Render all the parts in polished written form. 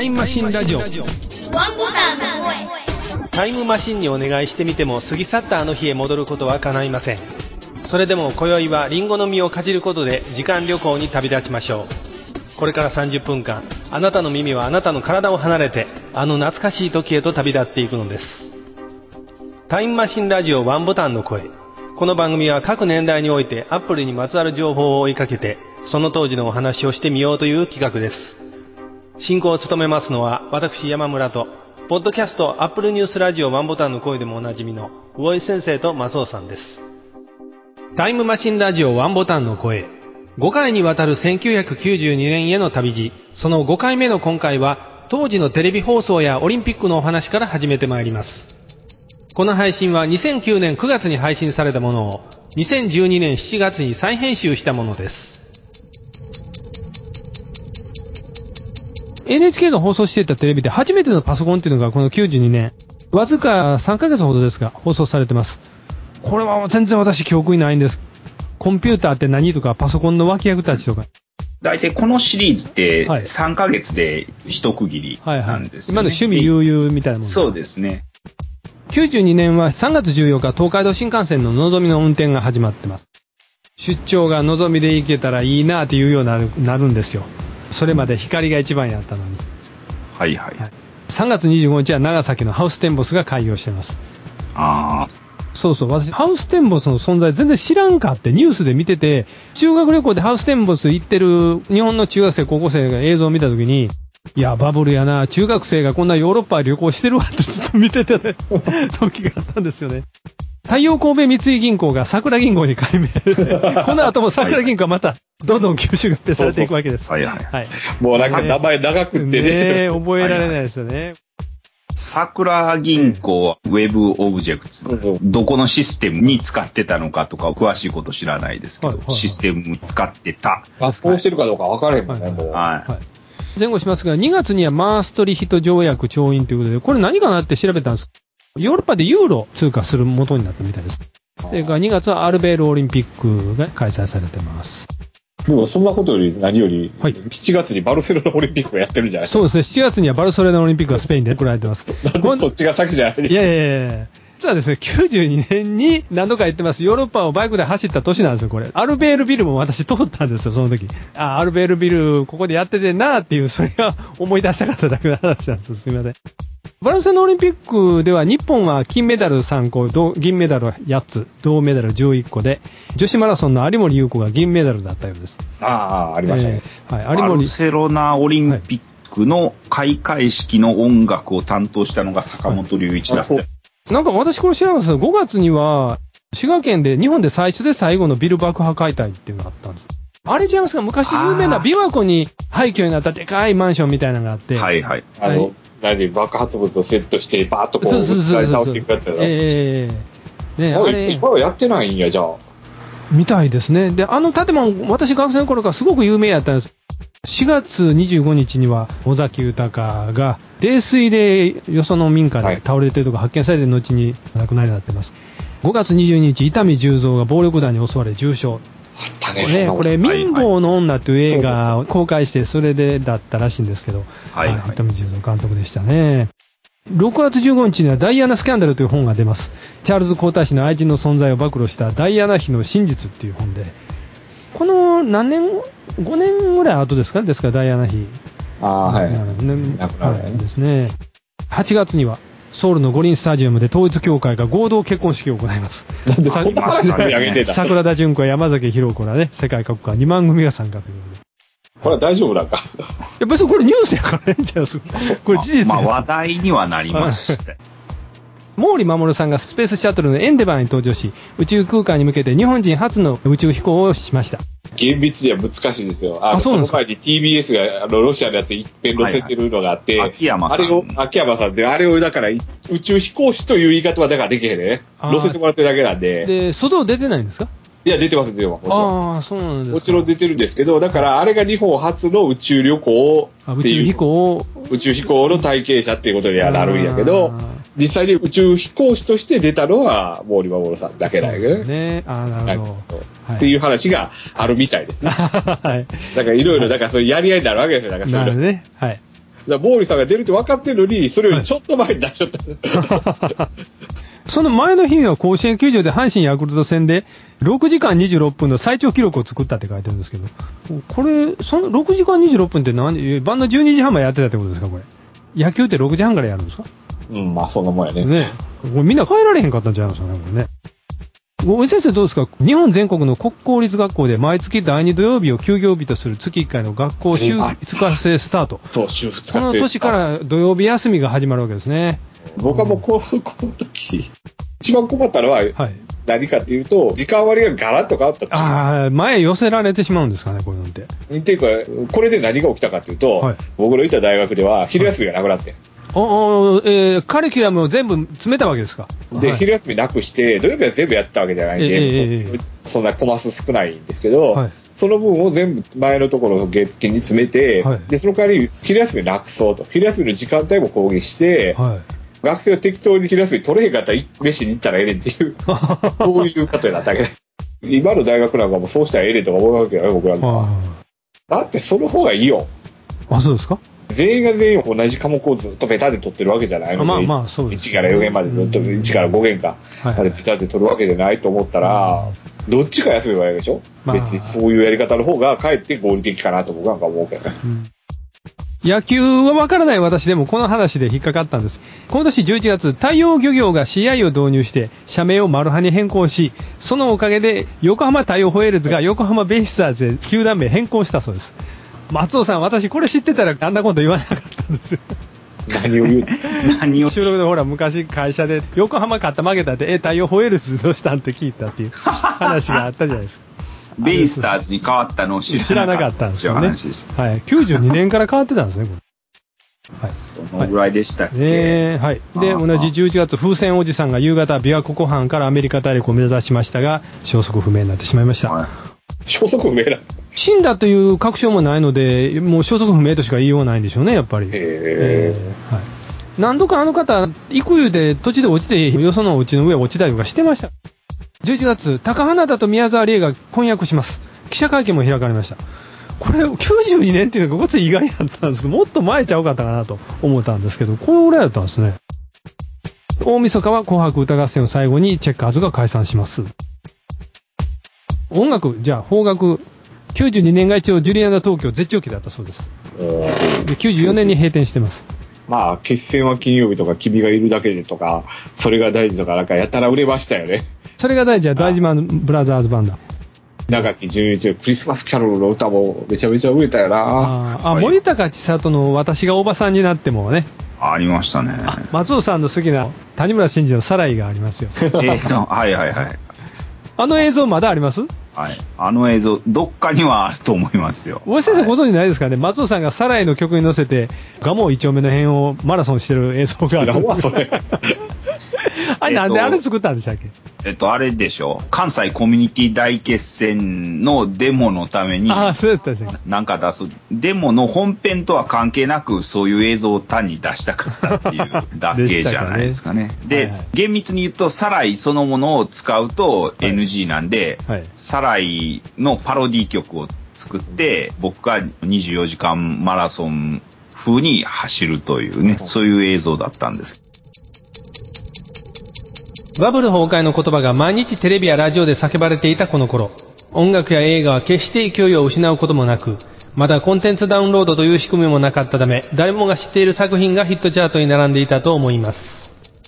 イムマシンラジオ。 ワンボタンの声。 タイムマシンにお願いしてみても過ぎ去ったあの日へ戻ることは叶いません。それでも今宵はリンゴの実をかじることで時間旅行に旅立ちましょう。これから30分間、あなたの耳はあなたの体を離れて、あの懐かしい時へと旅立っていくのです。タイムマシンラジオワンボタンの声。この番組は各年代においてアップルにまつわる情報を追いかけて、その当時のお話をしてみようという企画です。進行を務めますのは私山村と、ポッドキャストアップルニュースラジオワンボタンの声でもおなじみの魚井先生と松尾さんです。タイムマシンラジオワンボタンの声、5回にわたる1992年への旅路、その5回目の今回は当時のテレビ放送やオリンピックのお話から始めてまいります。この配信は2009年9月に配信されたものを2012年7月に再編集したものです。NHK が放送していたテレビで初めてのパソコンっていうのがこの92年、わずか3ヶ月ほどですが放送されてます。これは全然私記憶にないんです。コンピューターって何とかパソコンの脇役たちとか。 大体このシリーズって3ヶ月で一区切りなんですね。 今の趣味悠々みたいなもの。 そうですね。 92年は3月14日東海道新幹線ののぞみの運転が始まってます。出張がのぞみで行けたらいいなっていうようになるんですよ。それまで光が一番やったのに。 はいはい。 3月25日は長崎のハウステンボスが開業してます。 ああ。 そうそう、私ハウステンボスの存在全然知らんかってニュースで見てて、修学旅行でハウステンボス行ってる日本の中学生高校生が映像を見たときに、いやバブルやな、中学生がこんなヨーロッパ旅行してるわってずっと見ててね時があったんですよね。太陽神戸三井銀行が桜銀行に改名この後も桜銀行はまたどんどん吸収合併されていくわけです。 はいはい。 はい、もうなんか名前長くってね覚えられないですよね。はいはい、 桜銀行、ウェブオブジェクト、どこのシステムに使ってたのかとか詳しいこと知らないですけど、システムに使ってた。 発行してるかどうか分からへんもんね、もう。 はい。 前後しますが、2月にはマーストリヒト条約調印ということで、これ何かなって調べたんです。ヨーロッパでユーロ通貨する元になったみたいです。それから2月はアルベールオリンピックが開催されてます。 でもそんなことより何より、はい、7月にバルセロナオリンピックをやってるじゃないですか。 そうですね、7月にはバルセロナオリンピックがスペインで行われてます。 なんでそっちが先じゃない？ いや。実はですね、92年に何度か言ってます、ヨーロッパをバイクで走った年なんですよ、これ。アルベールビルも私通ったんですよ、その時。アルベールビル、ここでやっててんなーっていう、それが思い出したかっただけの話なんです。すみません。バルセロナオリンピックでは日本は金メダル3個、銀メダル8つ、銅メダル11個で、女子マラソンの有森裕子が銀メダルだったようです。 ありましたね。 はい、バルセロナオリンピックの開会式の音楽を担当したのが坂本龍一だった。 なんか私これ知らないですけど、5月には滋賀県で日本で最初で最後のビル爆破解体っていうのがあったんです。あれ違いますか？昔有名な琵琶湖に廃墟になったでかいマンションみたいなのがあって。 はいはい。 爆発物をセットしてバーッとこう倒っていくやつやろ。 ね、あれ今はやってないんや、じゃあ。 みたいですね。で、あの建物、私学生の頃からすごく有名やったんです。4月25日には尾崎豊が泥酔でよその民家で倒れているとこ発見されて後に亡くなりになってます。5月22日、伊丹十三が暴力団に襲われ重傷。これ民法の女という映画を公開してそれでだったらしいんですけど、伊丹十三監督でしたね。6月15日にはダイアナスキャンダルという本が出ます。チャールズ皇太子の愛人の存在を暴露したダイアナ妃の真実っていう本で、この何年、5年ぐらい後ですかね、ですからダイアナ妃。ですね。8月にはソウルの五輪スタジアムで統一教会が合同結婚式を行います。桜田淳子や山崎弘子らね、世界各国2万組が参加ということで。 これは大丈夫なんか。 いや別にこれニュースやからね、じゃあこれ事実です。 話題にはなりました。 毛利衛さんがスペースシャトルのエンデバーに登場し、宇宙空間に向けて日本人初の宇宙飛行をしました。 厳密には難しいんですよ。その前に TBS がロシアのやつ一遍載せてるのがあって、秋山さんで、あれをだから宇宙飛行士という言い方はだからできへんね。載せてもらってるだけなんで。 で、外出てないんですか？ いや、出てます。 そうなんですか。 もちろん出てるんですけど、だからあれが日本初の宇宙旅行っていう。宇宙飛行の体験者っていうことにはなるんやけど、実際に宇宙飛行士として出たのは毛利衛さんだけだよね。そうですね。なるほど。っていう話があるみたいですね。はい。だからいろいろ、だからそういうやり合いになるわけですよ。だからそういうの。 ね。はい。 毛利さんが出るって分かってるのに、それよりちょっと前に出しちゃった。 その前の日には甲子園球場で阪神ヤクルト戦で6時間26分の最長記録を作ったって書いてるんですけど、これ、その6時間26分って晩の12時半までやってたってことですか、これ。野球って6時半からやるんですか？ うん、まあそんなもんやね。 ね。これみんな帰られへんかったんちゃいますかね、これね。大井先生どうですか？日本全国の国公立学校で毎月第2土曜日を休業日とする月1回の学校週2日制スタート。 そう、週2日制。 この年から土曜日休みが始まるわけですね。 僕はもうこの時、一番困ったのは、何かっていうと、時間割がガラッと変わったっていう。 ああ、前寄せられてしまうんですかね、こういうのって。 っていうか、これで何が起きたかっていうと、僕のいた大学では昼休みがなくなって。 カリキュラムを全部詰めたわけですか。 で、昼休みなくして、土曜日は全部やったわけじゃないんで、そんなコマ数少ないんですけど、その分を全部前のところの月金に詰めて、で、その代わり昼休みなくそうと。昼休みの時間帯も攻撃して、学生は適当に昼休み取れへんかったら飯に行ったらええねんっていう、そういうことになったわけね。今の大学なんかもそうしたらええねんとか思うわけよね、僕なんかは。だってその方がいいよ。 あ、そうですか？ 全員が全員同じ科目をずっとベタで取ってるわけじゃないので、 そうです。 1から4限までずっと、1から5限か、までベタで取るわけじゃないと思ったら、どっちか休めばいいでしょ？別にそういうやり方の方がかえって合理的かなと僕なんか思うけどね。 野球は分からない私でもこの話で引っかかったんです。この年11月、太陽漁業が CI を導入して社名をマルハに変更し、そのおかげで横浜太陽ホエールズが横浜ベイスターズへ球団名変更したそうです。松尾さん、私これ知ってたらあんなこと言わなかったんですよ。 何を言う何を収録でほら昔会社で横浜勝った負けたって太陽ホエールズどうしたんって聞いたっていう話があったじゃないですか。 ベイスターズに変わったのを知らなかったんですよね。はい。 92年から変わってたんですね、これ。 はい。そのぐらいでしたっけ。 はい。で、同じ11月、風船おじさんが夕方、琵琶湖湖畔からアメリカ大陸を目指しましたが、消息不明になってしまいました。 消息不明な死んだという確証もないので、もう消息不明としか言いようないんでしょうね、やっぱり。はい。何度かあの方、幾湯で土地で落ちて、よそのうちの上落ちたりとかしてました。11月、高花田と宮沢りえが婚約します。記者会見も開かれました。これ、92年っていうのがごつ意外だったんですけど、もっと前ちゃうかったかなと思ったんですけど、このぐらいだったんですね。大晦日は紅白歌合戦を最後にチェッカーズが解散します。音楽、じゃあ、邦楽、92年が一応ジュリアナ東京絶頂期だったそうです。で、94年に閉店してます。 まあ、決戦は金曜日とか、君がいるだけでとか、それが大事とか、なんかやたら売れましたよね。 それが大事は大事マンブラザーズバンド。 長木純一のクリスマスキャロルの歌もめちゃめちゃ売れたよな。 森高千里の私がおばさんになってもね。 ありましたね。 松尾さんの好きな谷村新司のサライがありますよ。 はいはいはい。 あの映像まだあります？ はい。あの映像、どっかにはあると思いますよ。 大井先生ご存知ないですかね？松尾さんがサライの曲に乗せて、蒲生一丁目の辺をマラソンしてる映像がある。あれなんであれ作ったんでしたっけ？ あれでしょ。関西コミュニティ大決戦のデモのために、 そうやったんですね。 なんか出す。デモの本編とは関係なく、そういう映像を単に出したかったっていうだけじゃないですかね。で、厳密に言うと、サライそのものを使うと NG なんで、サライのパロディ曲を作って、僕が24時間マラソン風に走るというね、そういう映像だったんです。 バブル崩壊の言葉が毎日テレビやラジオで叫ばれていたこの頃、音楽や映画は決して勢いを失うこともなく、まだコンテンツダウンロードという仕組みもなかったため、誰もが知っている作品がヒットチャートに並んでいたと思います。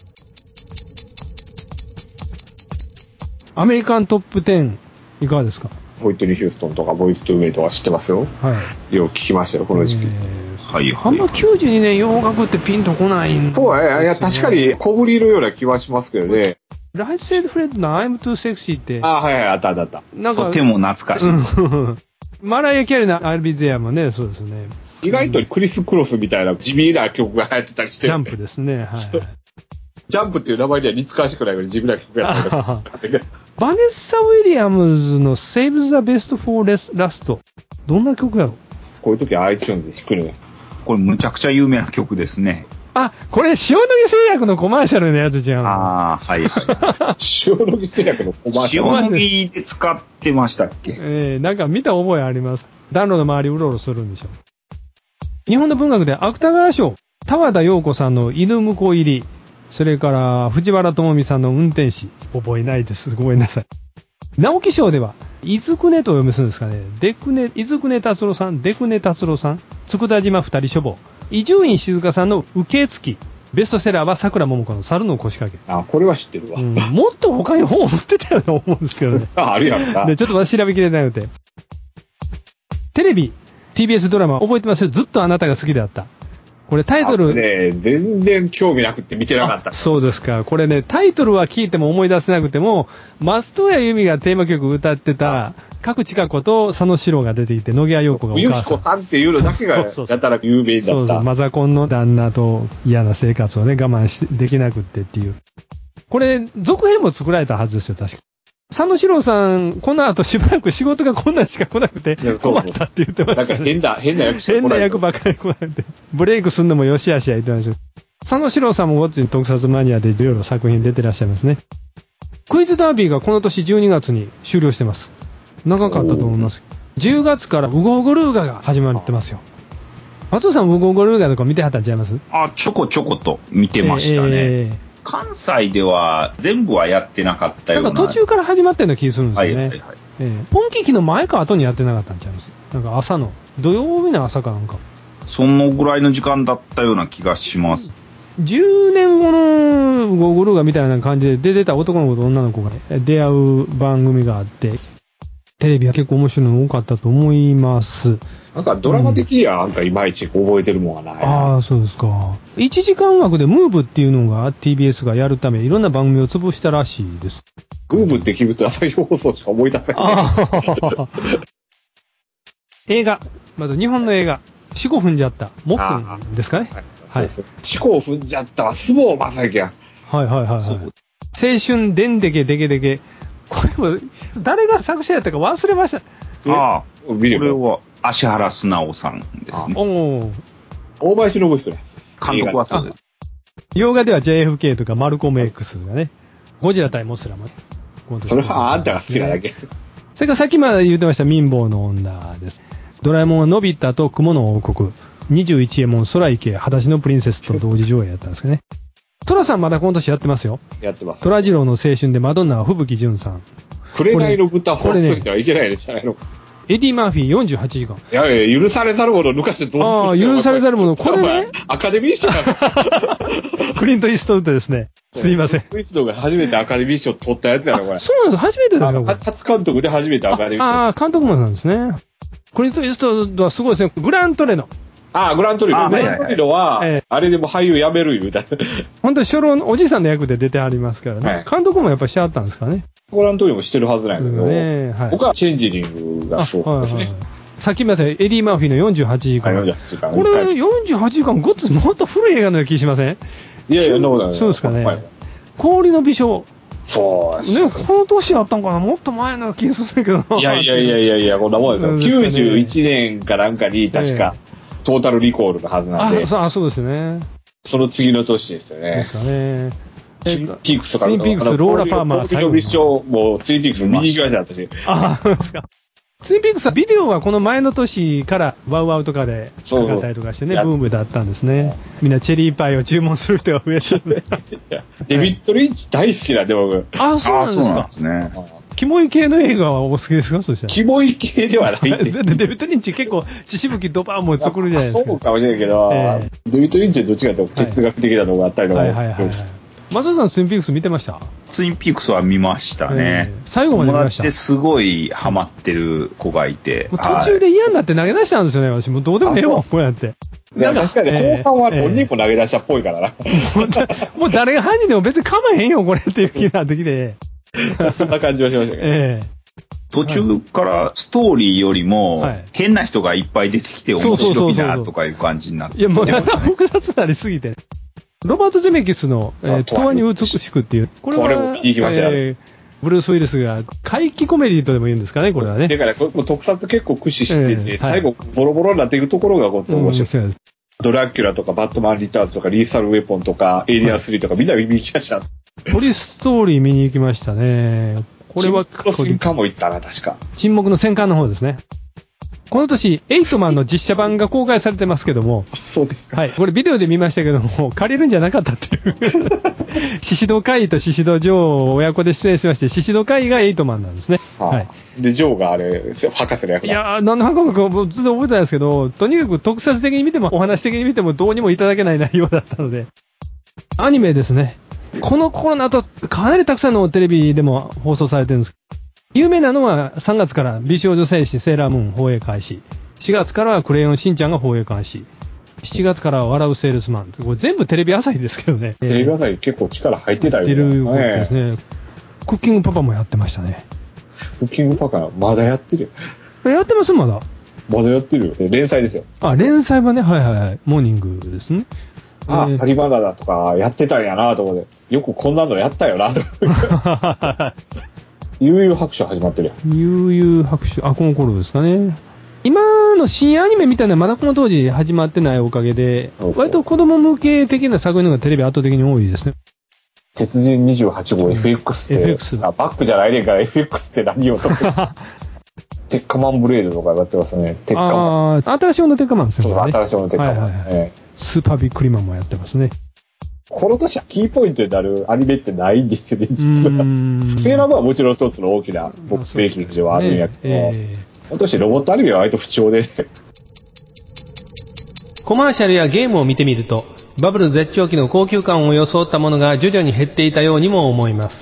アメリカントップ10いかがですか？ ホイットニー・ヒューストンとかボイス・トゥ・メイとか知ってますよ。よく聞きましたよ、この時期。 あんま92年洋楽ってピンとこないんですよね。 そう、いや、確かに小ぶりのような気はしますけどね。 ライト・セイド・フレッドの I'm Too Sexy って。 あった。 なんかとても懐かしいです。 マライア・キャリーの I'll Be There もね、そうですね。 意外とクリス・クロスみたいな地味な曲が流行ってたりして、 ジャンプですね。 ジャンプっていう名前には似つかわしくないように地味な曲がやってた。 バネッサ・ウィリアムズの Save the Best for Last。どんな曲やろ？ こういう時は iTunes で弾くのよ。 これむちゃくちゃ有名な曲ですね。 これ塩野義製薬のコマーシャルのやつじゃん。 はい。 塩野義製薬のコマーシャル。 塩野義で使ってましたっけ？ なんか見た覚えあります。暖炉の周りうろうろするんでしょ。 日本の文学で芥川賞、田和田陽子さんの犬婿入り、それから藤原智美さんの運転士、覚えないです。ごめんなさい。直木賞では、伊豆久根とお読みするんですかね。伊豆久根達郎さん、出久根達郎さん、佃島二人書房、伊集院静香さんの受付、ベストセラーは桜桃子の猿の腰掛け。 あ、これは知ってるわ。 もっと他に本を持ってたような思うんですけどね。 あるやんな。 で、ちょっと私調べきれないので。テレビ、TBS ドラマ覚えてますよ。ずっとあなたが好きであった。これタイトル。 ね、全然興味なくて見てなかった。 そうですか。これね、タイトルは聞いても思い出せなくても、松任谷由実がテーマ曲歌ってた、角千佳子と佐野史郎が出てきて、野際陽子がお母さん。 ゆきこさんっていうのだけがやたら有名だった。 そうそう、マザコンの旦那と嫌な生活をね、我慢できなくってっていう。これ、続編も作られたはずですよ、確か。佐野史郎さん、この後しばらく仕事がこんなんしか来なくて、困ったって言ってましたね。 なんか変な役しか来ない。 変な役ばっかり来なくて、ブレイクすんのもよしあしや言ってました。佐野史郎さんもごっつい特撮マニアでいろいろ作品出てらっしゃいますね。クイズダービーがこの年12月に終了してます。長かったと思います。10月からウゴウゴルーガが始まってますよ。松尾さんウゴウゴルーガとか見てはったんちゃいます？ ちょこちょこと見てましたね。関西では全部はやってなかったような。 なんか途中から始まったような気がするんですよね。 はいはいはい。 ポンキッキの前か後にやってなかったんちゃいます？なんか朝の、土曜日の朝かなんか。 そのぐらいの時間だったような気がします。 10年後のウゴウゴルーガみたいな感じで出てた男の子と女の子が出会う番組があって、テレビは結構面白いの多かったと思います。 なんかドラマ的にはなんかいまいち覚えてるもんがない。 ああ、そうですか。1時間枠でムーブっていうのが TBS がやるためいろんな番組を潰したらしいです。 ムーブって聞くと朝日放送しか思い出せない。 映画。まず日本の映画。四股踏んじゃった。もっくんですかね。 はい。四股踏んじゃったわ。相撲正樹や。 はいはいはい、はい。青春でんでけでけでけ。これも、誰が作者やったか忘れました。 これは芦原素直さんですね。 大林信彦です。 監督はそうです。 洋画では JFK とかマルコム X がね、ゴジラ対モスラマ。 それはあんたが好きなだけ。 それからさっきまで言ってました民房の女です。ドラえもんはのび太と雲の王国、21エモン空池、裸足のプリンセスと同時上映やったんですけどね。トラさんまだ今年やってますよ。 やってます。 トラジローの青春でマドンナは吹雪純さん。 紅の豚放送してはいけないでじゃないの。 エディ・マーフィー48時間。 いやいや、許されざるもの抜かしてどうするの？ ああ、許されざるもの。これね。 アカデミー賞クリント・イーストウッドですね。すいません。 クリント・イーストウッドが初めてアカデミー賞取ったやつやろ、これ。 そうなんです。初めてですよ。 初監督で初めてアカデミー賞。 ああ、監督もなんですね。クリント・イーストウッドはすごいですね。グラントレノ。 グラントリノ。グラントリノは、あれでも俳優辞める言うた。 本当に初老のおじさんの役で出てありますからね。はい、監督もやっぱりしはったんですかね。 グラントリノもしてるはずなんやけど、はい、僕はチェンジリングがそうですね。はいはい、 さっきまでエディ・マーフィーの48時間。 48時間。 これ48時間ごっつもっと古い映画の気しません？ いやいや、 そうですかね。はい、氷の美少。 そうですね。この年あったんかな、もっと前の気がするけどな。 いや、こんなもんですよ。91年かなんかに確か、トータルリコールのはずなんで。 そうですね。 その次の年ですよね。 ですかね。 ツインピークスとかツインピークス、ローラ・パーマー、 最後の美少もツインピークス見に行きました、私。 そうですか。ツインピークスはビデオはこの前の年からワウワウとかでかかったりとかしてね、ブームだったんですね。みんなチェリーパイを注文する人が増えちゃって。 デビッド・リンチ大好きなんで僕。 そうなんですね。キモい系の映画はお好きですか？そしたら。 キモい系ではない。 デビッド・リンチ結構血しぶきドバーンも作るじゃないですか。 そうかもしれないけど、デビッド・リンチはどっちかというと哲学的なのがあったりとか。 松尾さんツインピークス見てました？ ツインピークスは見ましたね。 最後まで見ました。 友達ですごいハマってる子がいて。 途中で嫌になって投げ出したんですよね、私。もうどうでもええわ、こうやって。 いや、確かに後半は本人も投げ出したっぽいからな。 もう誰が犯人でも別に構えへんよ、これっていう気になってきて。 そんな感じはしましたけど。 途中からストーリーよりも、変な人がいっぱい出てきて面白いなとかいう感じになって。 いや、もうだんだん複雑になりすぎて。ロバート・ゼメキスの、永遠に美しくっていう。 これも見に行きましたよ。 ブルース・ウィルスが怪奇コメディとでも言うんですかね、これはね。 だから、特撮結構駆使してて、最後ボロボロになっていくところが面白い。ドラキュラとかバットマン・リターンズとかリーサル・ウェポンとかエイリアン3とかみんな見に行きました。 トリストーリー見に行きましたね。これは沈黙の戦艦も行ったな、確か。 沈黙の戦艦の方ですね。 この年、エイトマンの実写版が公開されてますけども。 そうですか。 はい。これビデオで見ましたけども、借りるんじゃなかったっていう。シシドカイとシシドジョーを親子で出演しまして、シシドカイがエイトマンなんですね。はい。 で、ジョーがあれ、博士の役だ。 いやー、何の博士か全然覚えてないですけど、とにかく特撮的に見ても、お話的に見てもどうにもいただけない内容だったので。アニメですね。このコロナとかなりたくさんのテレビでも放送されてるんです。有名なのは3月から美少女戦士セーラームーン放映開始。4月からはクレヨンしんちゃんが放映開始。7月からは笑うセールスマン。これ全部テレビ朝日ですけどね。 テレビ朝日結構力入ってたよね。 入ってることですね。クッキングパパもやってましたね。 クッキングパパまだやってるよ。 やってますまだ。 まだやってるよ。連載ですよ。 あ、連載はね、はいはいはい。モーニングですね。 ハリバナだとかやってたんやなと思って。よくこんなのやったよなと思って。悠々白書始まってるよ。 悠々白書。あ、この頃ですかね。今の新アニメみたいなまだこの当時始まってないおかげで、割と子供向け的な作品がテレビ圧倒的に多いですね。 鉄人28号 FX って、 FX バックじゃないねんから FX って何よと。テッカマンブレードとかやってますね。テッカマン。 新しいのテッカマンですよね。 そう、新しいのテッカマン。はいはいはい。 スーパービックリマンもやってますね。 この年はキーポイントになるアニメってないんですよね、実は。セーラームーンはもちろん一つの大きなメイキングではあるんやけど、今年ロボットアニメは割と不調で。 コマーシャルやゲームを見てみると、バブル絶頂期の高級感を装ったものが徐々に減っていたようにも思います。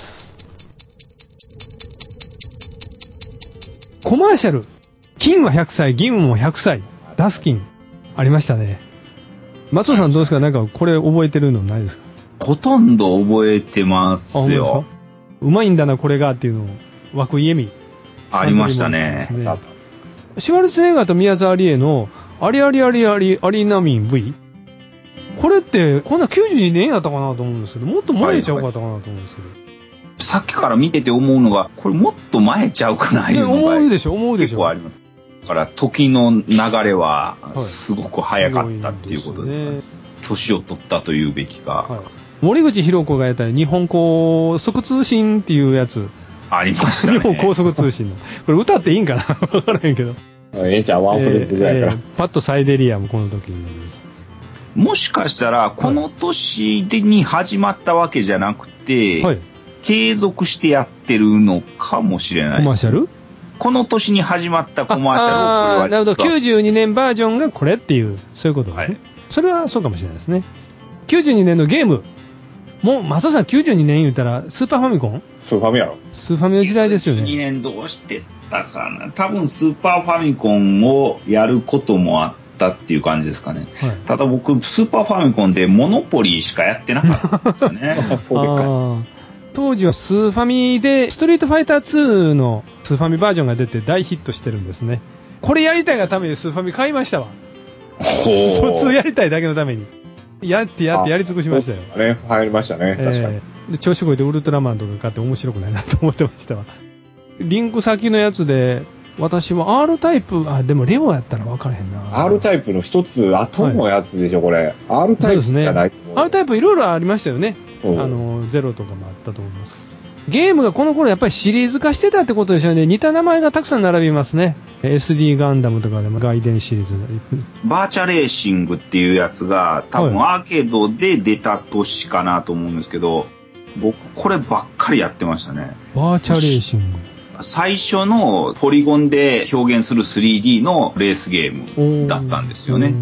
コマーシャル。金は100歳、銀も100歳。ダスキン。ありましたね。松尾さんどうですか？なんかこれ覚えてるのないですか？ ほとんど覚えてますよ。 うまいんだなこれがっていうのを涌井絵美ありましたね。 シュワルツェネッガーと宮沢りえのアリナミン V。これってこんな92年やったかなと思うんですけど、もっと前ちゃうかったかなと思うんですけど。 さっきから見てて思うのが、これもっと前ちゃうかないうのが、 思うでしょ。 結構あります。だから時の流れはすごく早かったっていうことですかね。年を取ったというべきか。 はい、森口博子がやった日本高速通信っていうやつ。 ありましたね。 日本高速通信の。これ歌っていいんかなわからへんけど。 ちゃんワンフレーズぐらいから。 パッとサイデリアもこの時に。 もしかしたら、この年に始まったわけじゃなくて、はい、継続してやってるのかもしれないです。 コマーシャル？ この年に始まったコマーシャルをこれはなるほど。92年バージョンがこれっていう、そういうことですね。はい、それはそうかもしれないですね。92年のゲーム。もう、松尾さん92年言ったら、スーパーファミコン？ スーファミやろ。 スーファミの時代ですよね。 92年どうしてたかな。多分スーパーファミコンをやることもあったっていう感じですかね。はい、ただ僕、スーパーファミコンでモノポリーしかやってなかったんですよね。 そうでっかい。 当時はスーファミでストリートファイター2のスーファミバージョンが出て大ヒットしてるんですね。これやりたいがためにスーファミ買いましたわ。普通やりたいだけのために。やってやり尽くしましたよ。 ね、入りましたね。確かに。 で調子こいてウルトラマンとか買って面白くないなと思ってましたわ。リンク先のやつで、私は R タイプ、でもレオやったら分からへんな。 R タイプの一つ後のやつでしょ、これ。R タイプじゃない。 R タイプいろいろありましたよね。ゼロとかもあったと思います。ゲームがこの頃やっぱりシリーズ化してたってことでしょうね。似た名前がたくさん並びますね。SD ガンダムとかでも外伝シリーズ。 バーチャレーシングっていうやつが多分アーケードで出た年かなと思うんですけど、僕こればっかりやってましたね。 バーチャレーシング。 最初のポリゴンで表現する 3D のレースゲームだったんですよね。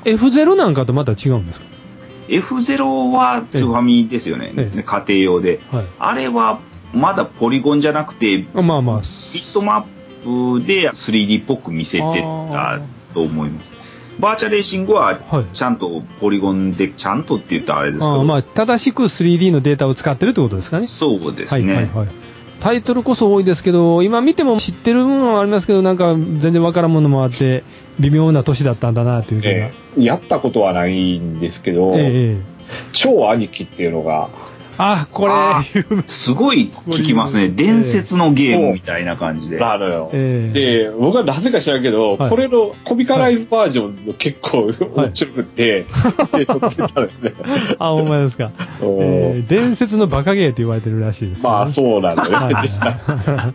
F0 なんかとまた違うんですか？ F0 はスーファミですよね。家庭用で、はい。あれはまだポリゴンじゃなくて、ビットマップで 3D っぽく見せてたと思います。バーチャレーシングはちゃんとポリゴンでちゃんとって言ったらあれですけど、 正しく 3D のデータを使ってるってことですかね。 そうですね。はいはいはい。 タイトルこそ多いですけど、今見ても知ってるものはありますけど、なんか全然わからんものもあって、微妙な年だったんだなという気が、 やったことはないんですけど、超兄貴っていうのが、 これすごい聞きますね。伝説のゲームみたいな感じで。 なるよ。で、僕はなぜか知らんけど、これのコミカライズバージョンの結構面白くて、撮ってたんですね。 ほんまですか。伝説のバカゲーって言われてるらしいです、ね。 そうなんだね。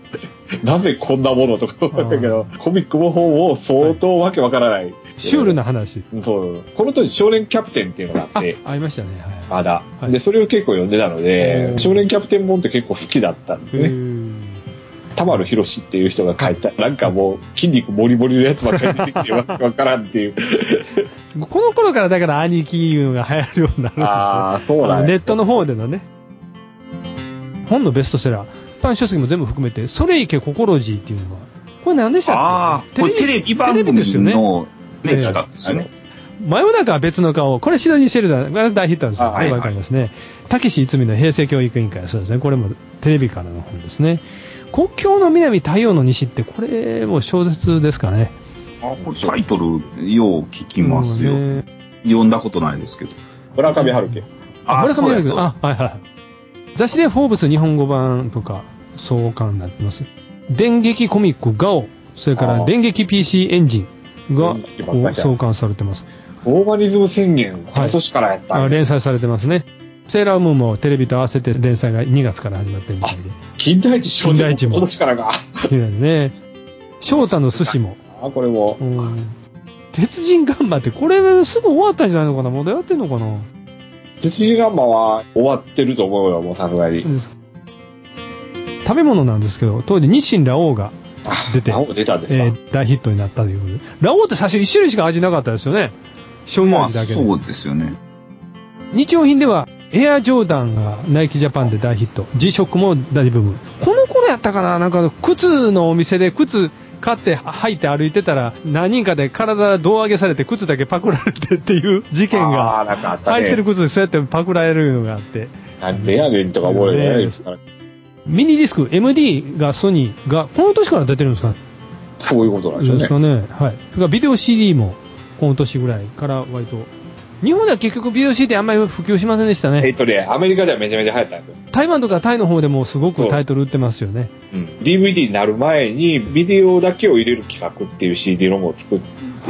なぜこんなものとか思ったけど、コミックも本を相当わけわからない。 シュールな話。 そう。この当時少年キャプテンっていうのがあって。 ありましたね。はい。 まだ。で、それを結構読んでたので、少年キャプテン本って結構好きだったんですね。田丸博士っていう人が書いた、なんかもう筋肉もりもりのやつばっかり出てきてわからんっていう。 この頃からだから兄貴いうのが流行るようになるんですよ。 ああ、そうなんネットの方でのね。本のベストセラー、一般書籍も全部含めて、それいけ心地っていうのは、これ何でしたっけ？ ああ、これテレビ番組のね、企画ですよね。 真夜中は別の顔。これシドニー・シェルダー。これ大ヒットなんですよ。はい、わかりますね。たけしいつみの平成教育委員会。そうですね。これもテレビからの本ですね。国境の南、太陽の西って、これも小説ですかね。 これタイトル、よう聞きますよ。読んだことないですけど。 村上春樹。 村上春樹。はいはい。雑誌でフォーブス日本語版とか、創刊になってます。電撃コミックガオ、それから電撃 PC エンジンが創刊されてます。 オーガニズム宣言、今年からやった、 連載されてますね。セーラームーンもテレビと合わせて連載が2月から始まってるみたいで。 金田一少年も今年からか。 ね。翔太の寿司も。 これも。 鉄人ガンマってこれすぐ終わったんじゃないのかな？まだやってんのかな？ 鉄人ガンマは終わってると思うよ、もうさすがに。 食べ物なんですけど、当時日清ラオウが出て、 出たんですか？ 大ヒットになったということで。ラオウって最初1種類しか味なかったですよね。醤油味だけで。 そうですよね。 日用品では、エアジョーダンがナイキジャパンで大ヒット。G-SHOCK も大ブーム。この頃やったかな？なんか靴のお店で靴買って履いて歩いてたら何人かで体胴上げされて靴だけパクられてっていう事件が、履いてる靴でそうやってパクられるのがあって。 なんでやねんとか思うよね。 ミニディスク MD がソニーがこの年から出てるんですか？ そういうことなんでしょうね。 ですかね。はい。それからビデオ CD もこの年ぐらいから割と。日本では結局ビデオ CD あんまり普及しませんでしたね。 アメリカではめちゃめちゃ流行ったんですよ。 台湾とかタイの方でもすごくタイトル売ってますよね。 DVD になる前にビデオだけを入れる企画っていう CD ロゴを作って、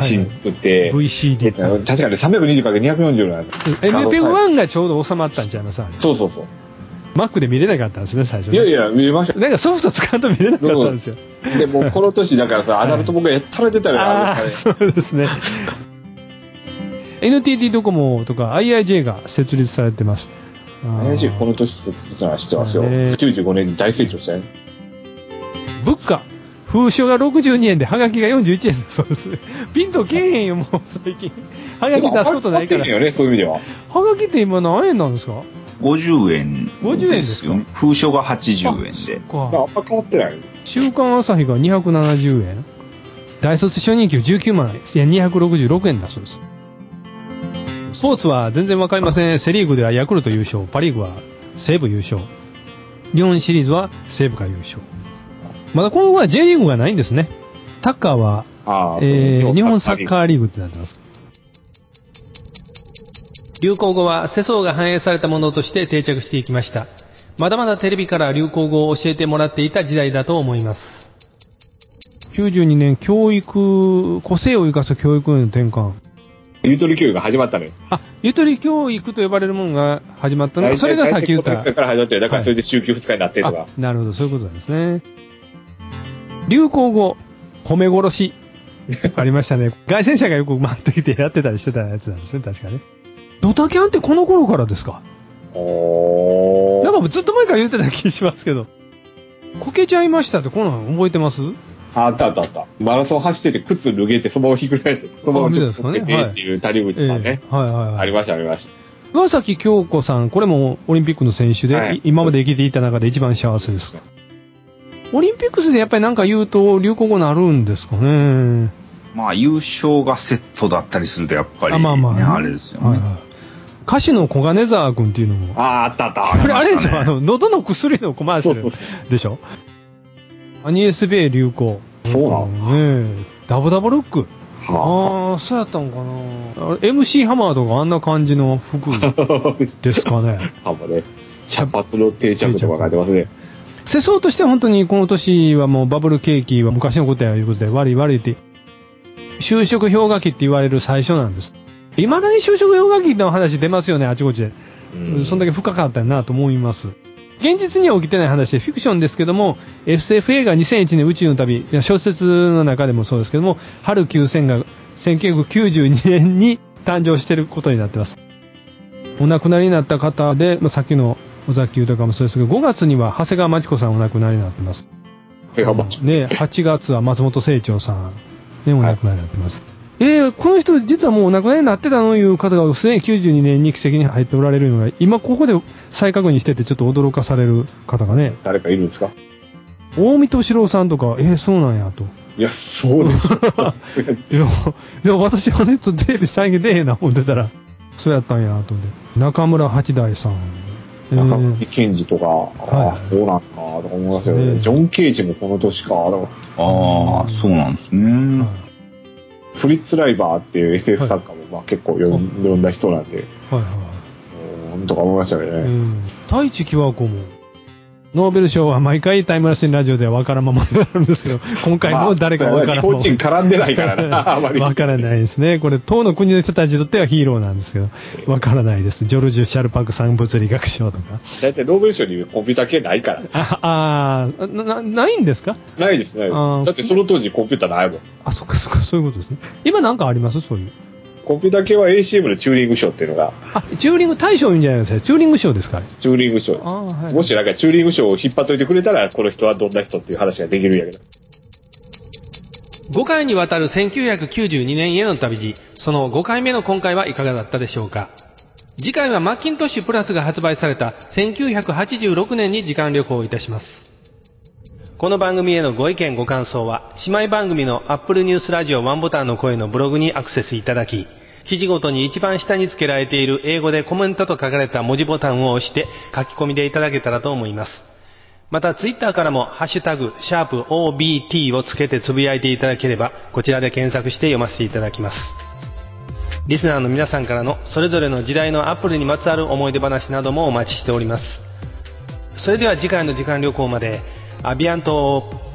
VCD。 確かに 320×240 なんです。 MP1 がちょうど収まったんちゃいます？ そうそうそう。 Mac で見れなかったんですね、最初。 いやいや、見れました。 なんかソフト使うと見れなかったんですよ。 でもこの年だからさ、アダルト僕やったら出たらそうですね。NTT ドコモとか IIJ が設立されてます。 IIJ この年設立なの知ってますよ。95年に大成長したよ。 物価。封書が62円で、ハガキが41円だそうです。ピンとけえへんよ、もう最近。ハガキ出すことないから。 よね、そういう意味では。 ハガキって今何円なんですか ？50円。 50円ですか？ 封書が80円で。 あんま変わってない。 週刊朝日が270円。大卒初任給19万266円だそうです。スポーツは全然わかりません。セリーグではヤクルト優勝、パリーグは西武優勝。日本シリーズは西武が優勝。まだ今後は J リーグがないんですね。タッカーは、日本サッカーリーグってなってます。流行語は世相が反映されたものとして定着していきました。まだまだテレビから流行語を教えてもらっていた時代だと思います。92年、個性を生かす教育への転換。 ゆとり教育が始まったのよ。 ゆとり教育と呼ばれるものが始まったの。それがさっき言った。 から始まってる。だからそれで週休2日になってとか。 なるほど、そういうことなんですね。流行語、褒め殺し。ありましたね。外旋車がよく回ってきてやってたりしてたやつなんですね、確かね。ドタキャンってこの頃からですか？なんかずっと前から言ってた気しますけど。こけちゃいましたってこんなの覚えてます？ あった。マラソン走ってて靴脱げてそのままひっくり返って、そのままちょっとこけてっていう谷口さんね。ありました。 岩崎京子さん、これもオリンピックの選手で、今まで生きていた中で一番幸せです。オリンピックスでやっぱりなんか言うと流行語なるんですかね。 まあ優勝がセットだったりするとやっぱり、あれですよね。 歌手の小金沢君っていうのも。 あった。 これあれでしょ、喉の薬のコマーシャルでしょ。アニエスベイ流行。 そうなのね。ダブダブロック。そうやったんかな。MC ハマードがあんな感じの服ですかね。 茶髪の定着とか書いてますね。 世相としては本当にこの年はもうバブル景気は昔のことやいうことで悪いって、就職氷河期って言われる最初なんです。未だに就職氷河期の話出ますよね、あちこちで。そんだけ深かったよなと思います。 現実には起きてない話でフィクションですけども、SF 映画2001年宇宙の旅、小説の中でもそうですけども、春9000が1992年に誕生していることになっています。お亡くなりになった方で、さっきの尾崎豊もそうですけど、5月には長谷川町子さんお亡くなりになってます。ね、8月は松本清張さん、ね、お亡くなりになってます。この人実はもうお亡くなりになってたのいう方がすでに92年に奇跡に入っておられるのが、今ここで再確認しててちょっと驚かされる方がね。 誰かいるんですか？ 大見敏郎さんとか、そうなんやと。 いや、そうですいや、私はね、テレビ最近出へんな思ってたら、そうやったんやと思って。中村八大さん。 中村健二とか、そうなんだなとか思いましたよね。ジョン・ケージもこの年か。 そうなんですね。 フリッツ・ライバーっていう SF 作家も結構読んだ人なんで、とか思いましたけどね。 太一喜和子も。ノーベル賞は毎回タイムラシンラジオでは分からんままになるんですけど、今回も誰か分からんまま。 日本人絡んでないからな、あまり。 分からないですね。これ、当の国の人たちにとってはヒーローなんですけど、分からないです。ジョルジュ・シャルパクさん物理学賞とか。 だいたいノーベル賞にコンピューター系ないから。 ないんですか？ ないですね。だってその当時コンピューターないもん。 そっか、そういうことですね。今なんかあります？そういう。 コンピューター系は ACM のチューリング賞っていうのが。 チューリング大賞いいんじゃないですか。チューリング賞ですか？ チューリング賞です。もしなんかチューリング賞を引っ張っといてくれたら、この人はどんな人っていう話ができるんやけど。 5回にわたる1992年への旅路、その5回目の今回はいかがだったでしょうか。次回はマッキントッシュプラスが発売された1986年に時間旅行をいたします。この番組へのご意見ご感想は、姉妹番組の Apple News ラジオワンボタンの声のブログにアクセスいただき、記事ごとに一番下に付けられている英語でコメントと書かれた文字ボタンを押して書き込みでいただけたらと思います。またツイッターからもハッシュタグ#OBT をつけてつぶやいていただければ、こちらで検索して読ませていただきます。リスナーの皆さんからのそれぞれの時代のアップルにまつわる思い出話などもお待ちしております。それでは次回の時間旅行まで、アビアント。